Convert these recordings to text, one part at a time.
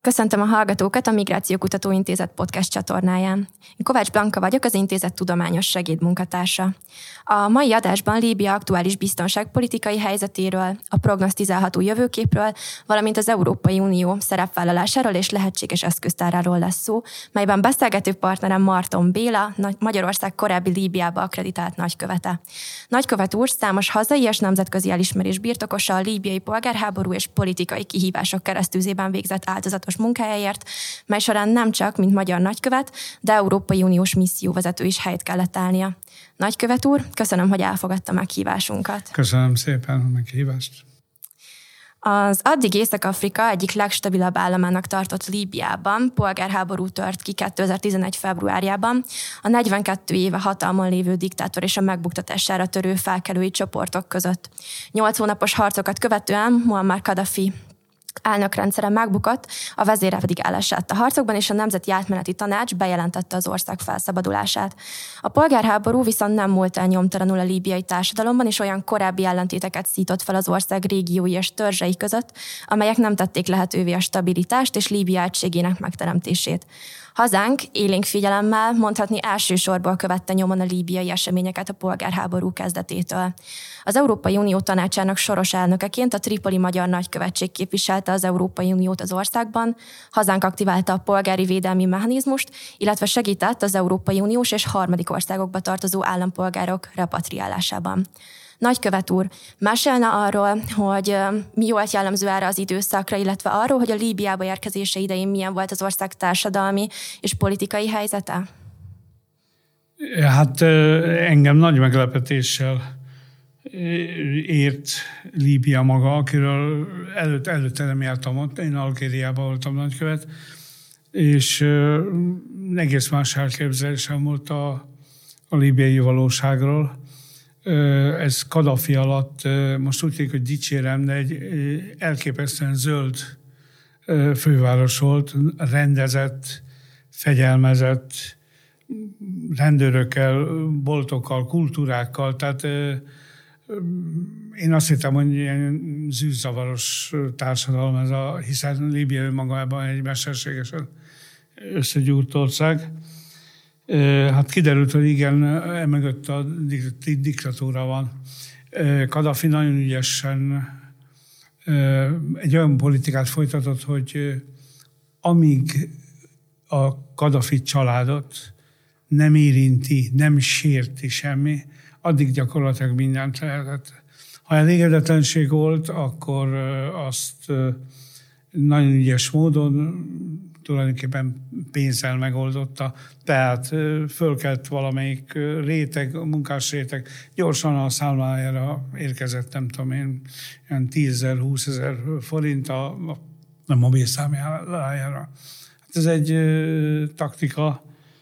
Köszöntöm a hallgatókat a Migrációkutató Intézet podcast csatornáján. Én Kovács Blanka vagyok, az intézet tudományos segédmunkatársa. A mai adásban Líbia aktuális biztonságpolitikai helyzetéről, a prognosztizálható jövőképről, valamint az Európai Unió szerepvállalásáról és lehetséges eszköztáráról lesz szó, melyben beszélgető partnerem Marton Béla, Magyarország korábbi Líbiába akkreditált nagykövete. Nagykövet úr számos hazai és nemzetközi elismerés birtokosa, a líbiai polgárháború és politikai kihívások keresztüzében végzett áldozatos munkájáért, mely során nem csak, mint magyar nagykövet, de Európai Uniós misszióvezető is helyt kellett állnia. Nagykövet úr, köszönöm, hogy elfogadta meghívásunkat. Köszönöm szépen a meghívást. Az addig Észak-Afrika egyik legstabilabb államának tartott Líbiában polgárháború tört ki 2011. februárjában a 42 éve hatalmon lévő diktátor és a megbuktatására törő felkelői csoportok között. 8 hónapos harcokat követően Muammar Kadhafi elnökrendszere megbukott, a vezére pedig elesett a harcokban, és a Nemzeti Átmeneti Tanács bejelentette az ország felszabadulását. A polgárháború viszont nem múlt el nyomtalanul a líbiai társadalomban, és olyan korábbi ellentéteket szított fel az ország régiói és törzsei között, amelyek nem tették lehetővé a stabilitást és Líbia egységének megteremtését. Hazánk élénk figyelemmel, mondhatni elsősorból követte nyomon a líbiai eseményeket a polgárháború kezdetétől. Az Európai Unió tanácsának soros elnökeként a Tripoli Magyar Nagykövetség képviselte az Európai Uniót az országban, hazánk aktiválta a polgári védelmi mechanizmust, illetve segített az Európai Uniós és harmadik országokba tartozó állampolgárok repatriálásában. Nagykövet úr, mesélne arról, hogy mi volt jellemző erre az időszakra, illetve arról, hogy a Líbiába érkezése idején milyen volt az ország társadalmi és politikai helyzete? Hát engem nagy meglepetéssel ért Líbia maga, akiről előtte nem jártam ott, én Algériában voltam nagykövet, és egész más elképzelésem volt a líbiai valóságról. Ez Kadhafi alatt, most úgy tűnik, hogy dicsérem, de egy elképesztően zöld főváros volt, rendezett, fegyelmezett, rendőrökkel, boltokkal, kultúrákkal, tehát én azt hittem, hogy ilyen zűrzavaros társadalom ez hiszen Líbia önmagában egy mesterségesen összegyúrt ország. Hát kiderült, hogy igen, emögött a diktatúra van. Kadhafi nagyon ügyesen egy olyan politikát folytatott, hogy amíg a Kadhafi családot nem érinti, nem sérti semmi, addig gyakorlatilag mindent lehetett. Ha elégedetlenség volt, akkor azt nagyon ügyes módon tulajdonképpen pénzzel megoldotta. Tehát fölkelt valamelyik réteg, munkás réteg, gyorsan a számlájára érkezett, nem tudom én, 10 000, 20 000 forint a mobil számlájára. Hát ez egy taktika,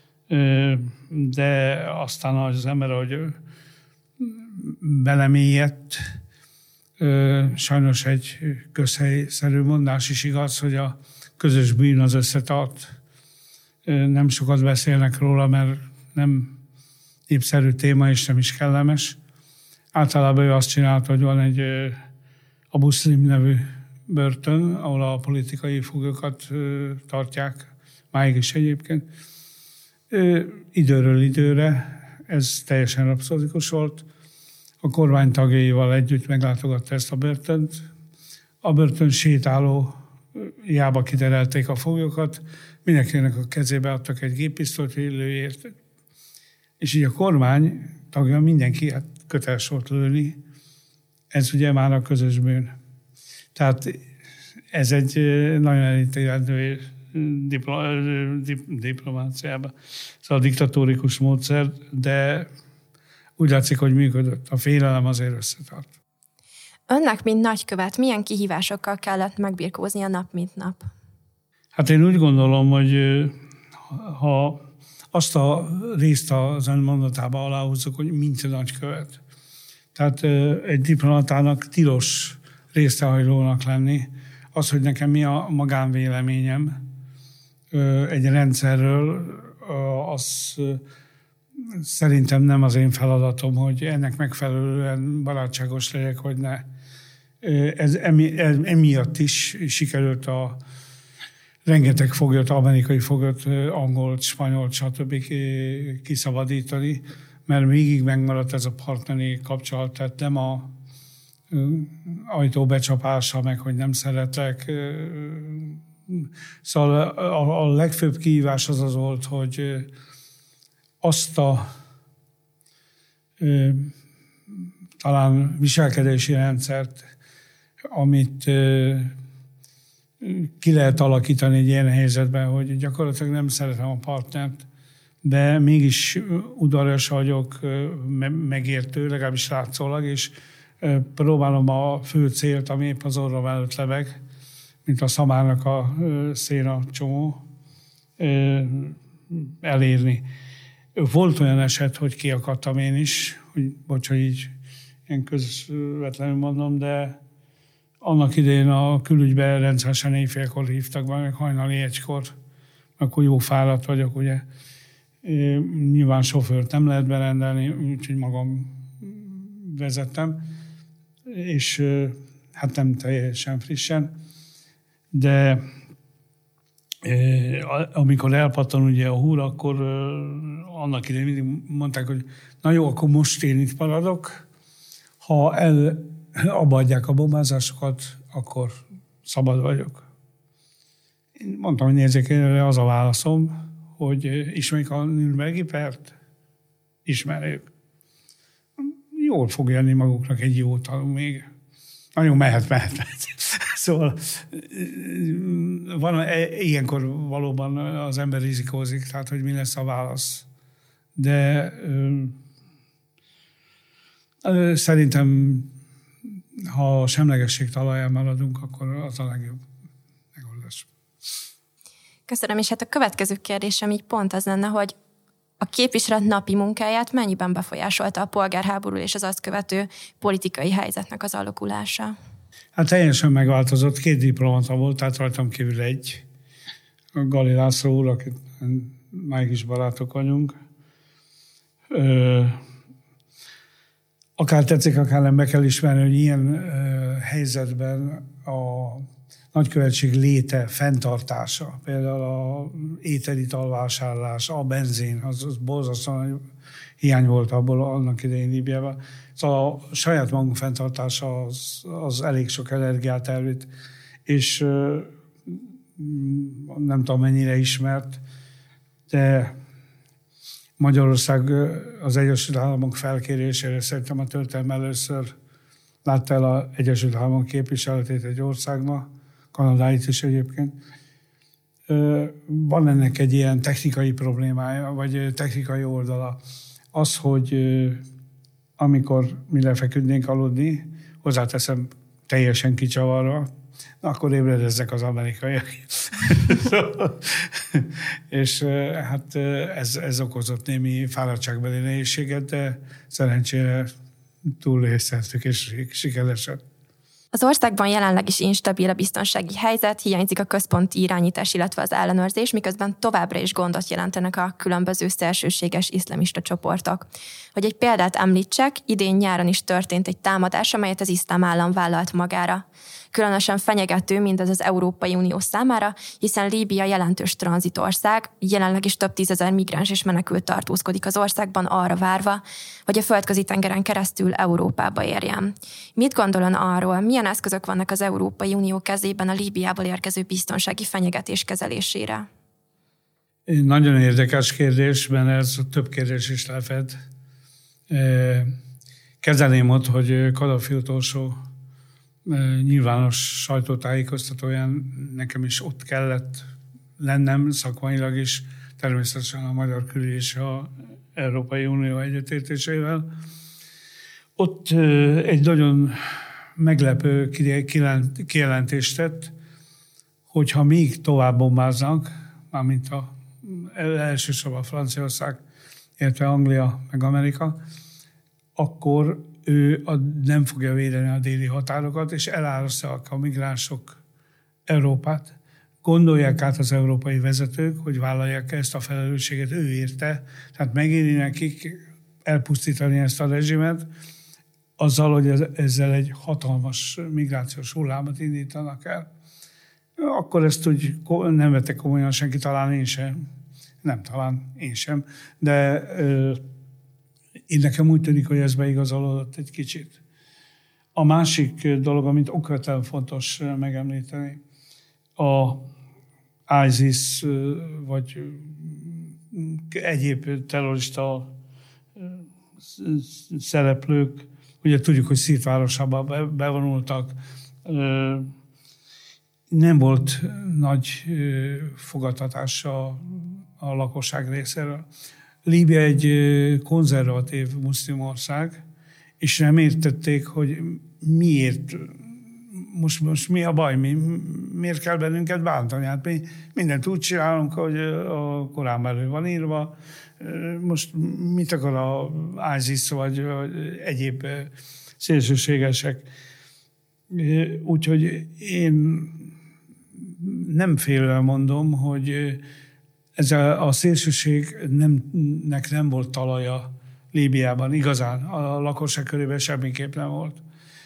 de aztán az ember, hogy belemélyedt, sajnos egy közhelyszerű mondás is igaz, hogy a közös bűn az összetart. Nem sokat beszélnek róla, mert nem népszerű téma, és nem is kellemes. Általában ő azt csinálta, hogy van egy Abu Slim nevű börtön, ahol a politikai foglyokat tartják, máig is egyébként. Időről időre ez teljesen rapszódikus volt. A kormány tagjaival együtt meglátogatta ezt a börtönt. A börtön sétáló jába kiderelték a foglyokat, mindenkinek a kezébe adtak egy géppisztolyt, hogy lőjért. És így a kormány tagja mindenki köteles volt lőni. Ez ugye már a közös bűn. Tehát ez egy nagyon elítélendő diplomáciában. Szóval a diktatórikus módszer, de úgy látszik, hogy működött. A félelem azért összetart. Önnek, mint nagykövet, milyen kihívásokkal kellett megbirkóznia nap, mint nap? Hát én úgy gondolom, hogy ha azt a részt az ön mondatába aláhúzzuk, hogy mint nagykövet. Tehát egy diplomatának tilos részrehajlónak lenni. Az, hogy nekem mi a magánvéleményem egy rendszerről, az szerintem nem az én feladatom, hogy ennek megfelelően barátságos legyek, hogy ne. Ez emiatt is sikerült a rengeteg foglyot, amerikai foglyot, angolt, spanyolt, stb. Kiszabadítani, mert végig megmaradt ez a partneri kapcsolat, tehát nem a ajtó becsapása, meg hogy nem szeretek. Szóval a legfőbb kihívás az volt, hogy azt a talán viselkedési rendszert, amit ki lehet alakítani egy ilyen helyzetben, hogy gyakorlatilag nem szeretem a partnert, de mégis udvarias vagyok, megértő, legalábbis látszólag, és próbálom a fő célt, ami épp az orrom előtt lebeg, mint a szamárnak a széna csomó, elérni. Volt olyan eset, hogy kiakadtam én is, hogy így ilyen közvetlenül mondom, de annak idején a külügyben rendszeresen éjfélkor hívtak be, meg hajnali 1-kor, akkor jó fáradt vagyok, ugye. Nyilván sofőrt nem lehet berendelni, úgyhogy magam vezettem, és hát nem teljesen frissen, de amikor elpattan ugye a húr, akkor annak idején mindig mondták, hogy na jó, akkor most én itt maradok, ha abba adják a bombázásokat, akkor szabad vagyok. Én mondtam, hogy nézzék, erre az a válaszom, hogy ismerik a Nürnbergi pert? Ismerjük. Jól fog jönni maguknak egy jó talú még. Nagyon mehet. Szóval ilyenkor valóban az ember rizikózik, tehát hogy mi lesz a válasz. De szerintem, ha a semlegesség talaján maradunk, akkor az a legjobb megoldás. Köszönöm, és hát a következő kérdésem így pont az lenne, hogy a képviselet napi munkáját mennyiben befolyásolta a polgárháború és az azt követő politikai helyzetnek az alakulása? Hát teljesen megváltozott. 2 diplomata volt, tehát rajtam kívül egy. A Gali László úr, akit máig is barátok vagyunk. Akár tetszik, akár nem, be kell ismerni, hogy ilyen helyzetben a nagykövetség léte, fenntartása, például a ételitalvásárlás, a benzin, az borzasztóan hiány volt abból annak idején Líbiában. Szóval a saját magunk fenntartása az elég sok energiát elvitt, és nem tudom mennyire ismert, de Magyarország az Egyesült Államok felkérésére szerintem a történelem először látta el az Egyesült Államok képviseletét egy országban, Kanadáit is egyébként. Van ennek egy ilyen technikai problémája, vagy technikai oldala. Az, hogy amikor mi lefeküdnénk aludni, hozzáteszem teljesen kicsavarva, akkor ébredezzek az amerikaiak. És hát ez okozott némi fáradtságbeli nehézséget, de szerencsére túlélszertük és sikeresen. Az országban jelenleg is instabil a biztonsági helyzet, hiányzik a központi irányítás, illetve az ellenőrzés, miközben továbbra is gondot jelentenek a különböző szélsőséges iszlamista csoportok. Hogy egy példát említsek, idén nyáron is történt egy támadás, amelyet az iszlám állam vállalt magára. Különösen fenyegető mindez az Európai Unió számára, hiszen Líbia jelentős tranzitország, jelenleg is több 10 000 migráns és menekült tartózkodik az országban arra várva, hogy a földközi tengeren keresztül Európába érjen. Mit gondol ön arról, milyen eszközök vannak az Európai Unió kezében a Líbiából érkező biztonsági fenyegetés kezelésére? Nagyon érdekes kérdés, mert ez több kérdés is lefed. Kezdeném ott, hogy Kadhafi utolsó nyilvános sajtótájékoztatóján nekem is ott kellett lennem szakmailag is, természetesen a magyar külügy és az Európai Unió egyetértésével. Ott egy nagyon meglepő kijelentést tett, hogyha még tovább bombáznak, mármint elsősorban Franciaország, illetve Anglia meg Amerika, akkor ő nem fogja védeni a déli határokat, és elárasztják a migránsok Európát. Gondolják át az európai vezetők, hogy vállalják ezt a felelősséget, ő érte. Tehát megéri nekik elpusztítani ezt a rezsimet, azzal, hogy ezzel egy hatalmas migrációs hullámot indítanak el. Akkor ezt úgy nem vette komolyan senki, talán én sem. Nem, talán én sem. De én nekem úgy tűnik, hogy ez beigazolódott egy kicsit. A másik dolog, amit okvetlenül fontos megemlíteni, a ISIS vagy egyéb terrorista szereplők, ugye tudjuk, hogy Szírt városába bevonultak, nem volt nagy fogadtatása a lakosság részéről. Líbia egy konzervatív muszlim ország, és nem értették, hogy miért, most mi a baj, miért kell bennünket bántani? Hát mi mindent úgy csinálunk, hogy a Koránban elő van írva. Most mit akar a ISIS vagy egyéb szélsőségesek? Úgyhogy én nem félve mondom, hogy ez a szélsőségnek nem volt talaja Líbiában, igazán. A lakosság körében semmiképp nem volt.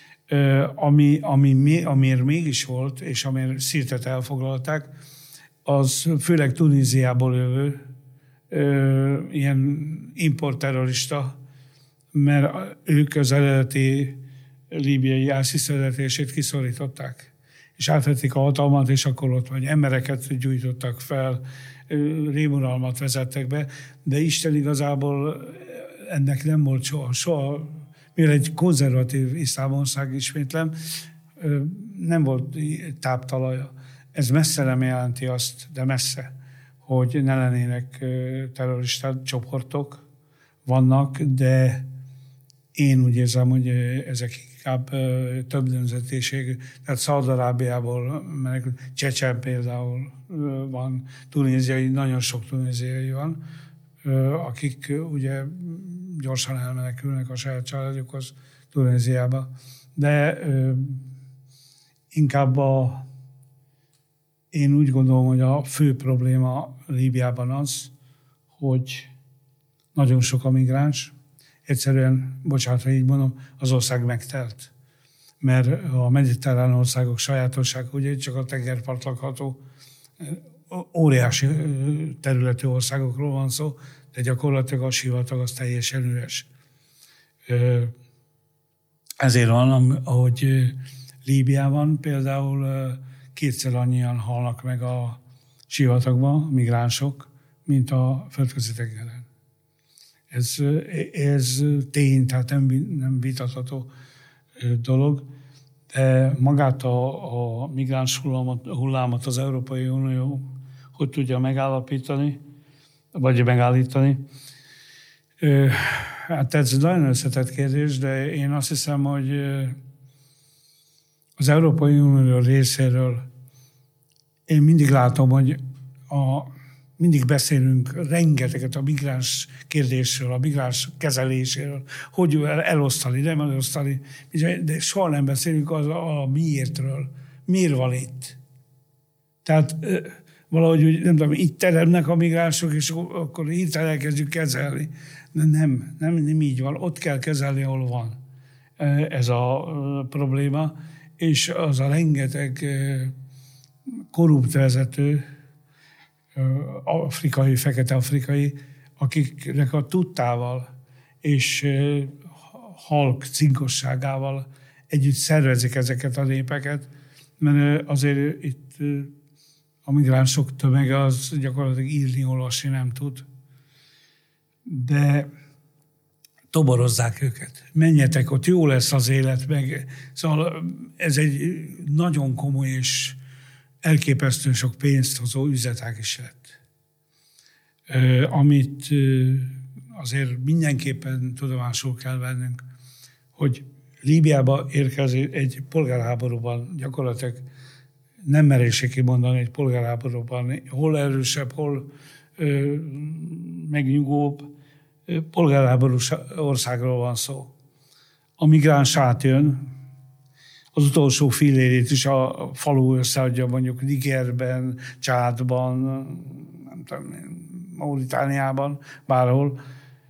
Amiért mégis volt, és amiért Szirtet elfoglalták, az főleg Tunéziából jövő ilyen importterrorista, mert ők az eredeti líbiai ISIS vezetését kiszorították. És átvették a hatalmat, és akkor ott vagy embereket gyújtottak fel, rémuralmat vezettek be, de Isten igazából ennek nem volt soha, mivel egy konzervatív iszlámország, ismétlem, nem volt táptalaja. Ez messze nem jelenti azt, de messze, hogy ne lennének terrorista csoportok, vannak, de én úgy érzem, hogy ezek inkább több nemzetiségű. Tehát Szaúd-Arábiából menekült, Csecsen például van, tunéziai, nagyon sok tunéziai van, akik ugye gyorsan elmenekülnek a saját családjukhoz Tunéziába. De inkább én úgy gondolom, hogy a fő probléma Líbiában az, hogy nagyon sok a migráns. Egyszerűen, bocsánat, ha így mondom, az ország megtelt. Mert a mediterrán országok sajátosság, ugye csak a tengerpart lakható, óriási területű országokról van szó, de gyakorlatilag a sivatag az teljesen üres. Ezért van, ahogy Líbiában például kétszer annyian halnak meg a sivatagban, migránsok, mint a földközi tengeren. Ez tény, tehát nem vitatható dolog, de magát a migráns hullámot az Európai Unió hogy tudja megállapítani, vagy megállítani. Hát ez nagyon összetett kérdés, de én azt hiszem, hogy az Európai Unió részéről én mindig látom, hogy mindig beszélünk rengeteget a migráns kérdésről, a migráns kezeléséről, hogy elosztani, nem elosztani, de soha nem beszélünk a miértről. Miért van itt? Tehát valahogy, nem tudom, itt teremnek a migránsok, és akkor itt elkezdjük kezelni. De nem így van. Ott kell kezelni, ahol van ez a probléma, és az a rengeteg korrupt vezető, afrikai, fekete-afrikai, akiknek a tudtával és halk cinkosságával együtt szervezik ezeket a népeket, mert azért itt a migránsok tömege az gyakorlatilag írni, olvasni nem tud. De toborozzák őket. Menjetek, ott jó lesz az élet, meg. Szóval ez egy nagyon komoly és elképesztően sok pénzt hozó üzletág is lett. Amit azért mindenképpen tudomásul kell vennünk, hogy Líbiába érkezik egy polgárháborúban, gyakorlatilag nem merések kimondani, egy polgárháborúban, hol erősebb, hol megnyugóbb, polgárháborús országról van szó. A migráns átjön, az utolsó fillérét is a falu összeadja mondjuk Nigerben, Csádban, nem tudom, Mauritániában, bárhol,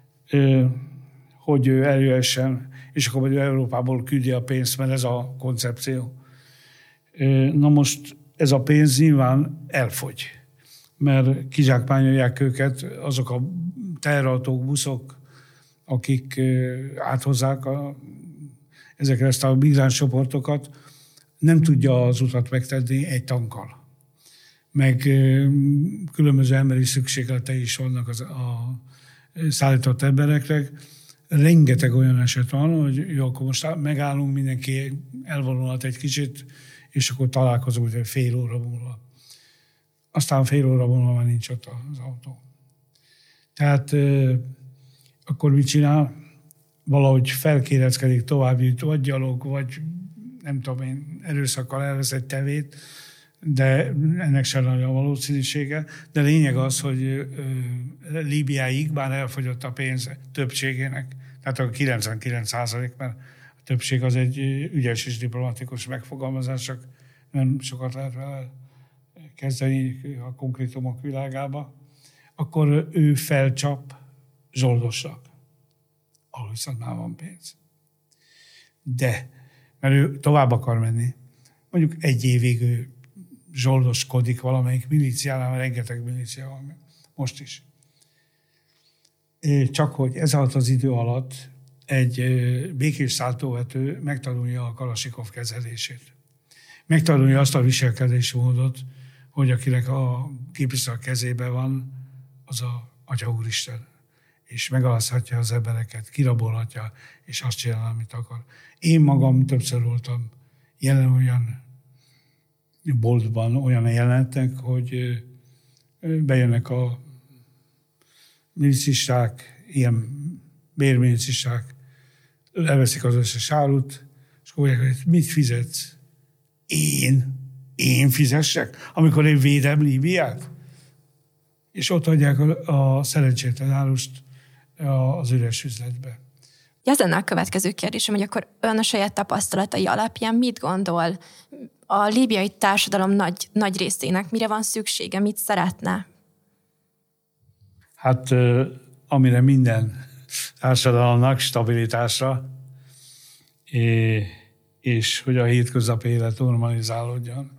hogy ő eljöhessen, és akkor majd Európából küldi a pénzt, mert ez a koncepció. Na most ez a pénz nyilván elfogy, mert kizsákmányolják őket azok a teherautók, buszok, akik áthozzák ezt a migráns csoportokat, nem tudja az utat megtenni egy tankkal. Meg különböző emberi szükségletei is vannak a szállított embereknek. Rengeteg olyan eset van, hogy jó, akkor most megállunk, mindenki elvonulhat egy kicsit, és akkor találkozunk fél óra múlva. Aztán fél óra múlva már nincs ott az autó. Tehát akkor mit csinál? Valahogy felkéreckedik tovább, vagy gyalog, vagy nem tudom én, erőszakkal elvesz egy tevét, de ennek sem nagy a valószínűsége. De lényeg az, hogy Líbiáig már elfogyott a pénz többségének, tehát a 99%, mert a többség az egy ügyes és diplomatikus megfogalmazás, csak nem sokat lehet vele kezdeni a konkrétumok világába, akkor ő felcsap Zsoldosnak, ahol viszont már van pénz. De, mert ő tovább akar menni, mondjuk egy évig ő zsoldoskodik valamelyik milíciánál, rengeteg milícia van most is. Csak hogy ez alatt az idő alatt egy békés szálltóvető megtanulja a Kalasnyikov kezelését. Megtanulja azt a viselkedési módot, hogy akinek a képisztoly kezében van, az a Atya Úristen. És megalázhatja az embereket, kirabolhatja, és azt csinál, amit akar. Én magam többször voltam jelen olyan boltban, olyan jelenetek, hogy bejönnek a milicisták, ilyen bérmilicisták, elveszik az összes árut, és akkor mondják, hogy mit fizetsz? Én fizessek? Amikor én védem Líbiát? És ott adják a szerencsétlen árust az üres üzletbe. Ez lenne a következő kérdésem, hogy akkor ön a saját tapasztalatai alapján mit gondol a líbiai társadalom nagy részének, mire van szüksége, mit szeretne? Hát amire minden társadalomnak, stabilitásra, és hogy a hétköznapi élet normalizálódjon.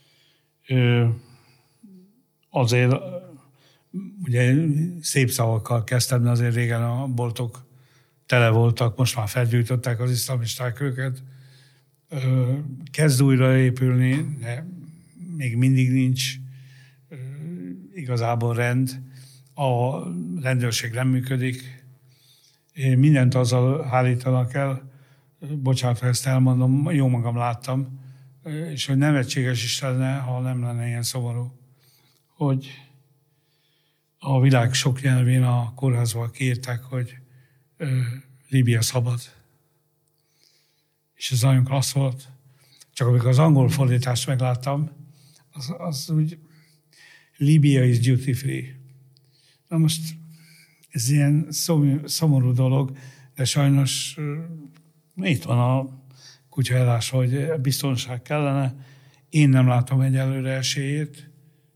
Azért ugye szép szavakkal kezdtem, de azért régen a boltok tele voltak, most már felgyújtották az iszlamisták őket. Kezd újra épülni, de még mindig nincs igazából rend. A rendőrség nem működik. Mindent azzal állítanak el, bocsánat, ha ezt elmondom, jó magam láttam, és hogy nevetséges is lenne, ha nem lenne ilyen szomorú, hogy a világ sok nyelvén a kórházban kiírták, hogy Líbia szabad. És ez nagyon klassz volt. Csak amikor az angol fordítást megláttam, az úgy Líbia is duty free. Na most ez ilyen szomorú dolog, de sajnos itt van a kutyaelás, hogy biztonság kellene. Én nem látom egyelőre esélyét.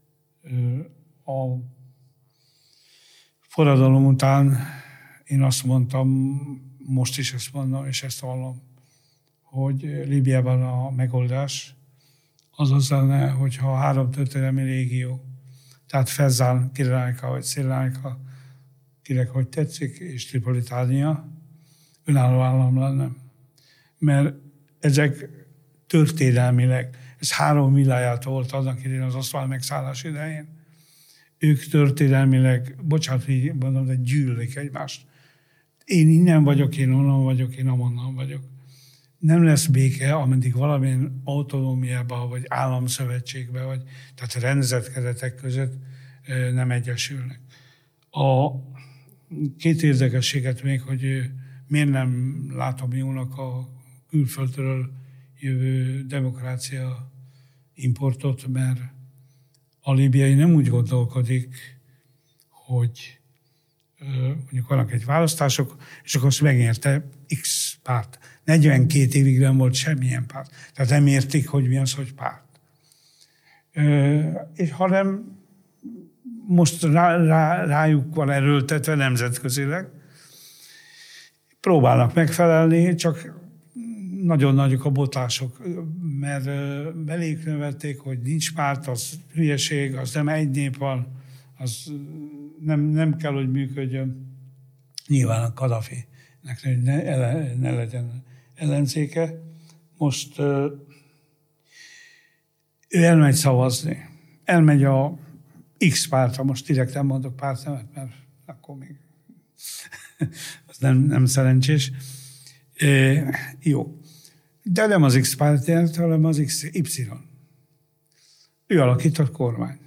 A forradalom után én azt mondtam, most is ezt mondom, és ezt hallom, hogy Líbiában a megoldás az lenne, hogyha 3 történelmi régió, tehát Fezzán, Kirenajka vagy Szirnájka, kinek hogy tetszik, és Tripolitánia önálló állam lenne. Mert ezek történelmileg, ez 3 viláját volt annak idején az oszmán megszállás idején. Ők történelmileg, bocsánat, így mondom, de gyűlölik egymást. Én innen vagyok, én onnan vagyok, én amonnan vagyok. Nem lesz béke, ameddig valamilyen autonómiában, vagy államszövetségben, vagy tehát rendezett keretek között nem egyesülnek. A 2 érdekességet még, hogy miért nem látom jónak a külföldről jövő demokrácia importot, mert a líbiai nem úgy gondolkodik, hogy mondjuk vannak egy választások, és akkor azt megérte X párt. 42 évig nem volt semmilyen párt. Tehát nem értik, hogy mi az, hogy párt. És hanem most rájuk van erőltetve nemzetközileg, próbálnak megfelelni, csak nagyon nagyok a botlások, mert beléjük növelték, hogy nincs párt, az hülyeség, az nem egy nép van, az nem kell, hogy működjön. Nyilván a Kadhafinek ne legyen ellenzéke. Most ő elmegy szavazni. Elmegy a X pártra, most direkt nem mondok pártnevet, mert akkor még az nem szerencsés. Jó. De nem az X pártját, hanem az XY. Ő alakított kormányt.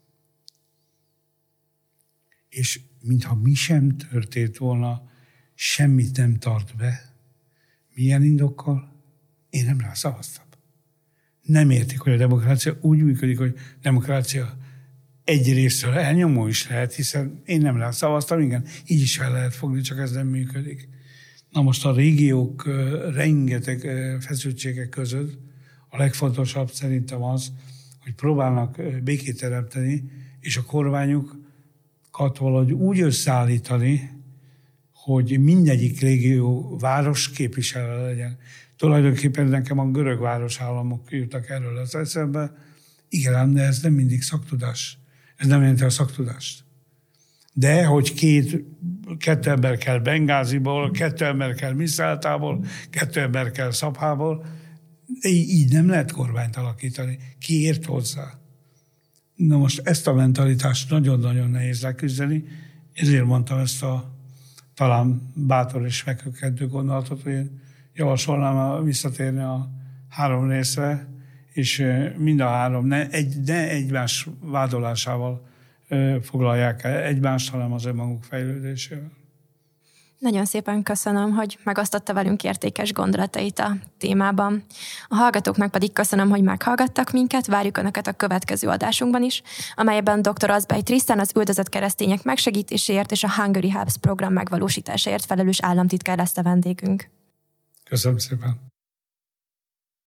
És mintha mi sem történt volna, semmit nem tart be. Milyen indokkal? Én nem rá szavaztam. Nem értik, hogy a demokrácia úgy működik, hogy demokrácia egy részről elnyomó is lehet, hiszen én nem rá szavaztam, igen, így is fel lehet fogni, csak ez nem működik. Na most a régiók rengeteg feszültségek között a legfontosabb szerintem az, hogy próbálnak békét teremteni, és a kormányukat valahogy úgy összeállítani, hogy mindegyik régió város képviselő legyen. Tulajdonképpen nekem a görög városállamok jutnak erről az eszembe. Igen, de ez nem mindig szaktudás. Ez nem jelenti a szaktudást. De hogy kettő ember kell Bengáziból, 2 ember kell Miszáltából, 2 ember kell Szabhából, így nem lehet kormányt alakítani. Ki ért hozzá? Na most ezt a mentalitást nagyon-nagyon nehéz leküzdeni, ezért mondtam ezt a talán bátor és megkökkentő gondolatot, hogy én javasolnám visszatérni a 3 részre, és mind a 3 ne egymás vádolásával foglalják el egymást, hanem az önmaguk fejlődésével. Nagyon szépen köszönöm, hogy megosztotta velünk értékes gondolatait a témában. A hallgatóknak pedig köszönöm, hogy meghallgattak minket, várjuk Önöket a következő adásunkban is, amelyben dr. Azbej Trisztán az üldözött keresztények megsegítéséért és a Hungary Hubs program megvalósításáért felelős államtitkár lesz a vendégünk. Köszönöm szépen.